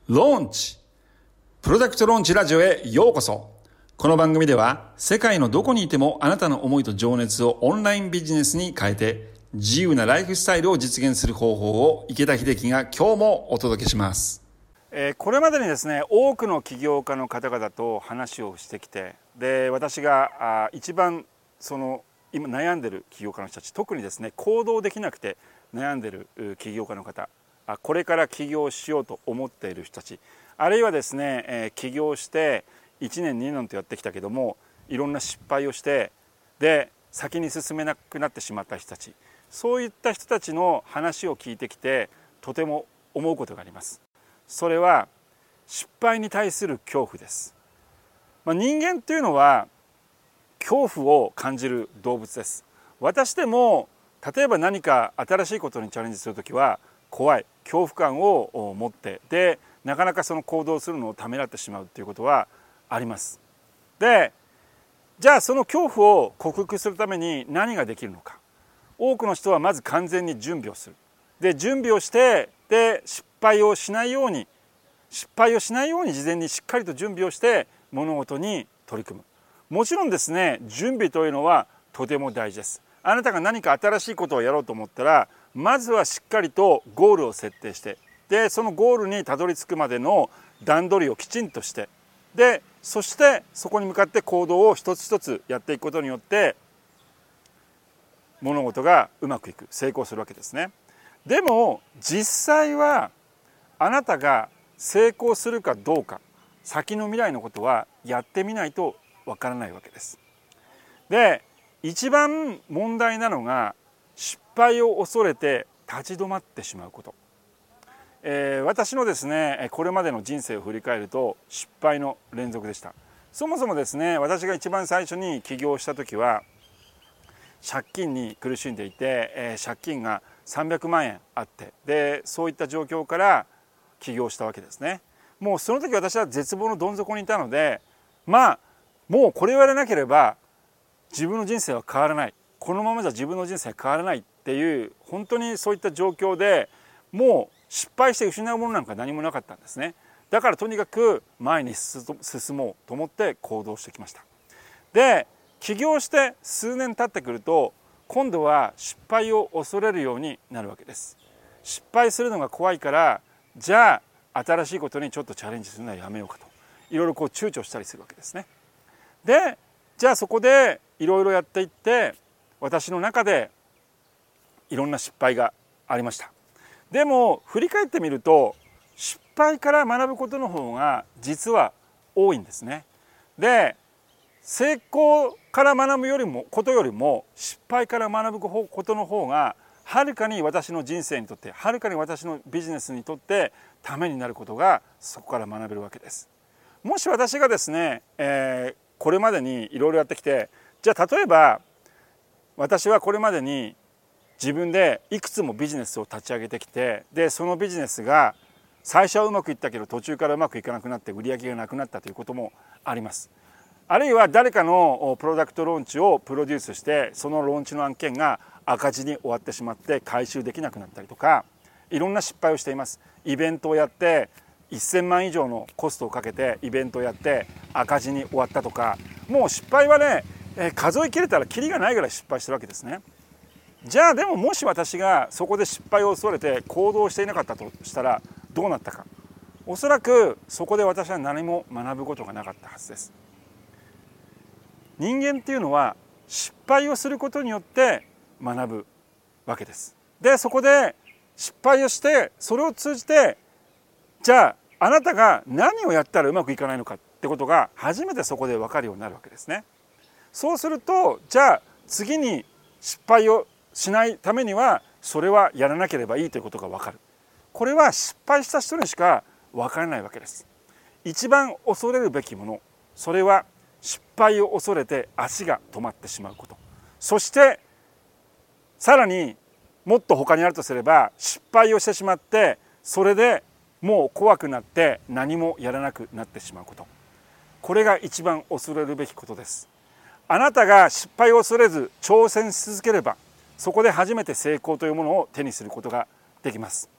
ローンチプロダクトローンチラジオへようこそ。この番組では世界のどこにいてもあなたの思いと情熱をオンラインビジネスに変えて自由なライフスタイルを実現する方法を池田秀樹が今日もお届けします。 これまでにですね、多くの起業家の方々と話をしてきて、で私が一番今悩んでる起業家の人たち、特にですね行動できなくて悩んでる起業家の方、これから起業しようと思っている人たち、あるいはですね、起業して1年2年とやってきたけどもいろんな失敗をしてで先に進めなくなってしまった人たち、そういった人たちの話を聞いてきてとても思うことがあります。それは失敗に対する恐怖です。人間というのは恐怖を感じる動物です。私でも例えば何か新しいことにチャレンジするときは怖い恐怖感を持ってでなかなかその行動するのをためらってしまうということはあります。でじゃあその恐怖を克服するために何ができるのか。多くの人はまず完全に準備をする。で準備をしてで失敗をしないように事前にしっかりと準備をして物事に取り組む。もちろんですね、準備というのはとても大事です。あなたが何か新しいことをやろうと思ったらまずはしっかりとゴールを設定してでそのゴールにたどり着くまでの段取りをきちんとしてでそしてそこに向かって行動を一つ一つやっていくことによって物事がうまくいく、成功するわけですね。でも実際はあなたが成功するかどうか、先の未来のことはやってみないとわからないわけです。で一番問題なのが失敗を恐れて立ち止まってしまうこと。私のですねこれまでの人生を振り返ると失敗の連続でした。そもそもですね、私が一番最初に起業した時は借金に苦しんでいて、借金が300万円あってでそういった状況から起業したわけですね。もうその時私は絶望のどん底にいたのでもうこれをやらなければ自分の人生は変わらない、このままじゃ自分の人生は変わらないっていう本当にそういった状況でもう失敗して失うものなんか何もなかったんですね。だからとにかく前に進もうと思って行動してきました。で起業して数年経ってくると今度は失敗を恐れるようになるわけです。失敗するのが怖いからじゃあ新しいことにちょっとチャレンジするのはやめようかといろいろ躊躇したりするわけですね。でじゃあそこでいろいろやっていって私の中でいろんな失敗がありました。でも振り返ってみると失敗から学ぶことの方が実は多いんですね。で成功から学ぶことよりも失敗から学ぶことの方がはるかに私の人生にとってはるかに私のビジネスにとってためになることがそこから学べるわけです。もし私がですね、これまでにいろいろやってきてじゃあ例えば私はこれまでに自分でいくつもビジネスを立ち上げてきてでそのビジネスが最初はうまくいったけど途中からうまくいかなくなって売り上げがなくなったということもあります。あるいは誰かのプロダクトローンチをプロデュースしてそのローンチの案件が赤字に終わってしまって回収できなくなったりとかいろんな失敗をしています。イベントをやって1000万以上のコストをかけてイベントをやって赤字に終わったとか、もう失敗はね、数え切れたらキリがないぐらい失敗してるわけですね。じゃあでももし私がそこで失敗を恐れて行動していなかったとしたらどうなったか。おそらくそこで私は何も学ぶことがなかったはずです。人間っていうのは失敗をすることによって学ぶわけです。でそこで失敗をしてそれを通じてじゃああなたが何をやったらうまくいかないのかってことが初めてそこで分かるようになるわけですね。そうするとじゃあ次に失敗をしないためにはそれはやらなければいいということが分かる。これは失敗した人にしか分からないわけです。一番恐れるべきもの、それは失敗を恐れて足が止まってしまうこと。そしてさらにもっと他にあるとすれば失敗をしてしまってそれでもう怖くなって何もやらなくなってしまうこと。これが一番恐れるべきことです。あなたが失敗を恐れず挑戦し続ければそこで初めて成功というものを手にすることができます。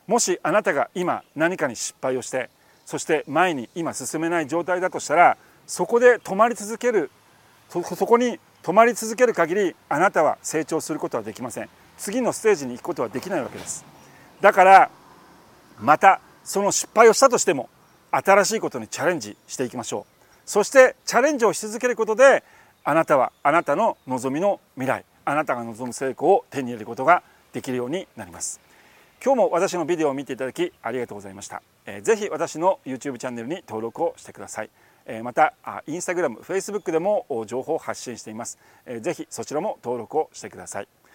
もしあなたが今何かに失敗をして、そして前に今進めない状態だとしたら、そこで止まり続ける、そこに止まり続ける限りあなたは成長することはできません。次のステージに行くことはできないわけです。だからまたその失敗をしたとしても新しいことにチャレンジしていきましょう。そしてチャレンジをし続けることで、あなたはあなたの望みの未来、あなたが望む成功を手に入れることができるようになります。今日も私のビデオを見ていただきありがとうございました。ぜひ私の YouTube チャンネルに登録をしてください。またインスタグラム、Facebook でも情報を発信しています。ぜひそちらも登録をしてください。